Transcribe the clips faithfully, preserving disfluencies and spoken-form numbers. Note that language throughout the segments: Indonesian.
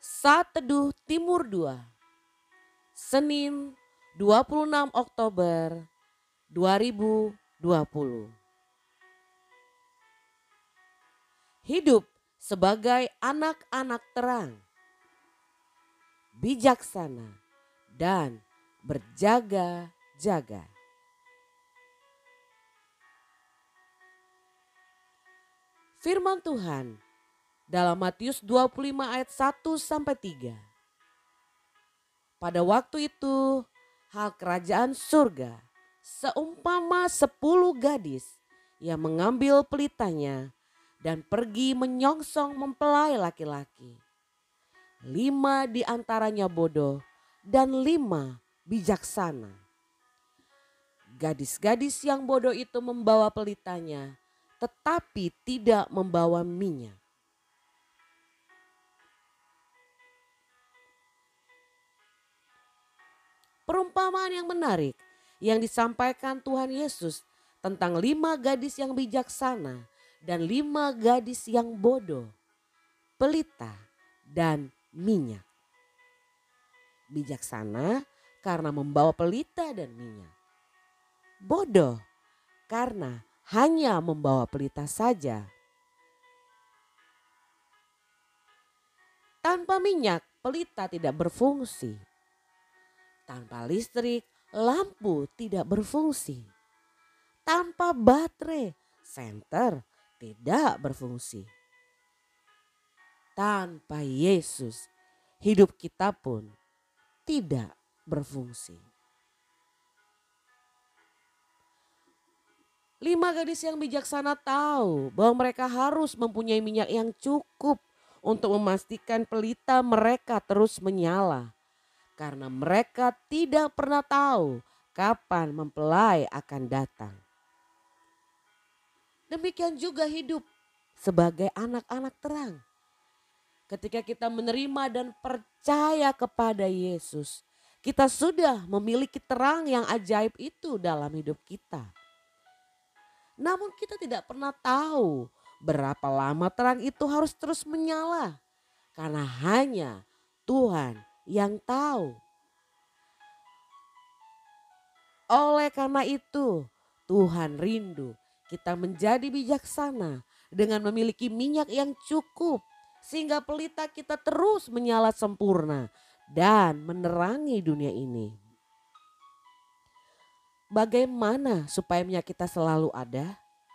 Saat Teduh Timur dua, Senin dua puluh enam Oktober dua ribu dua puluh. Hidup sebagai anak-anak terang, bijaksana dan berjaga-jaga. Firman Tuhan dalam Matius dua puluh lima ayat satu sampai tiga. Pada waktu itu hal kerajaan surga seumpama sepuluh gadis yang mengambil pelitanya dan pergi menyongsong mempelai laki-laki. Lima di antaranya bodoh dan lima bijaksana. Gadis-gadis yang bodoh itu membawa pelitanya tetapi tidak membawa minyak. Perumpamaan yang menarik yang disampaikan Tuhan Yesus tentang lima gadis yang bijaksana dan lima gadis yang bodoh, pelita dan minyak. Bijaksana karena membawa pelita dan minyak. Bodoh karena hanya membawa pelita saja. Tanpa minyak, pelita tidak berfungsi. Tanpa listrik, lampu tidak berfungsi. Tanpa baterai, senter tidak berfungsi. Tanpa Yesus, hidup kita pun tidak berfungsi. Lima gadis yang bijaksana tahu bahwa mereka harus mempunyai minyak yang cukup untuk memastikan pelita mereka terus menyala. Karena mereka tidak pernah tahu kapan mempelai akan datang. Demikian juga hidup sebagai anak-anak terang. Ketika kita menerima dan percaya kepada Yesus, kita sudah memiliki terang yang ajaib itu dalam hidup kita. Namun kita tidak pernah tahu berapa lama terang itu harus terus menyala. Karena hanya Tuhan yang tahu. Oleh karena itu Tuhan rindu kita menjadi bijaksana dengan memiliki minyak yang cukup. Sehingga pelita kita terus menyala sempurna dan menerangi dunia ini. Bagaimana supaya minyak kita selalu ada?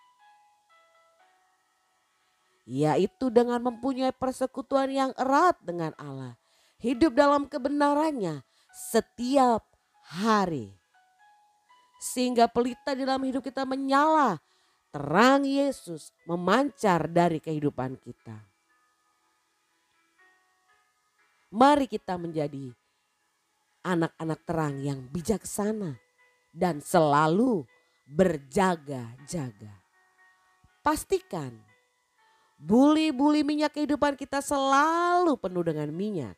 Yaitu dengan mempunyai persekutuan yang erat dengan Allah. Hidup dalam kebenarannya setiap hari. Sehingga pelita di dalam hidup kita menyala. Terang Yesus memancar dari kehidupan kita. Mari kita menjadi anak-anak terang yang bijaksana. Dan selalu berjaga-jaga. Pastikan buli-buli minyak kehidupan kita selalu penuh dengan minyak.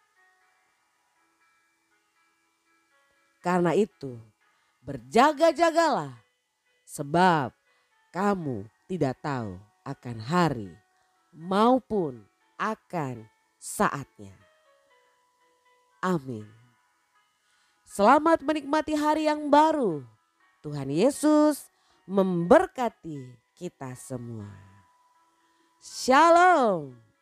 Karena itu berjaga-jagalah sebab kamu tidak tahu akan hari maupun akan saatnya. Amin. Selamat menikmati hari yang baru. Tuhan Yesus memberkati kita semua. Shalom.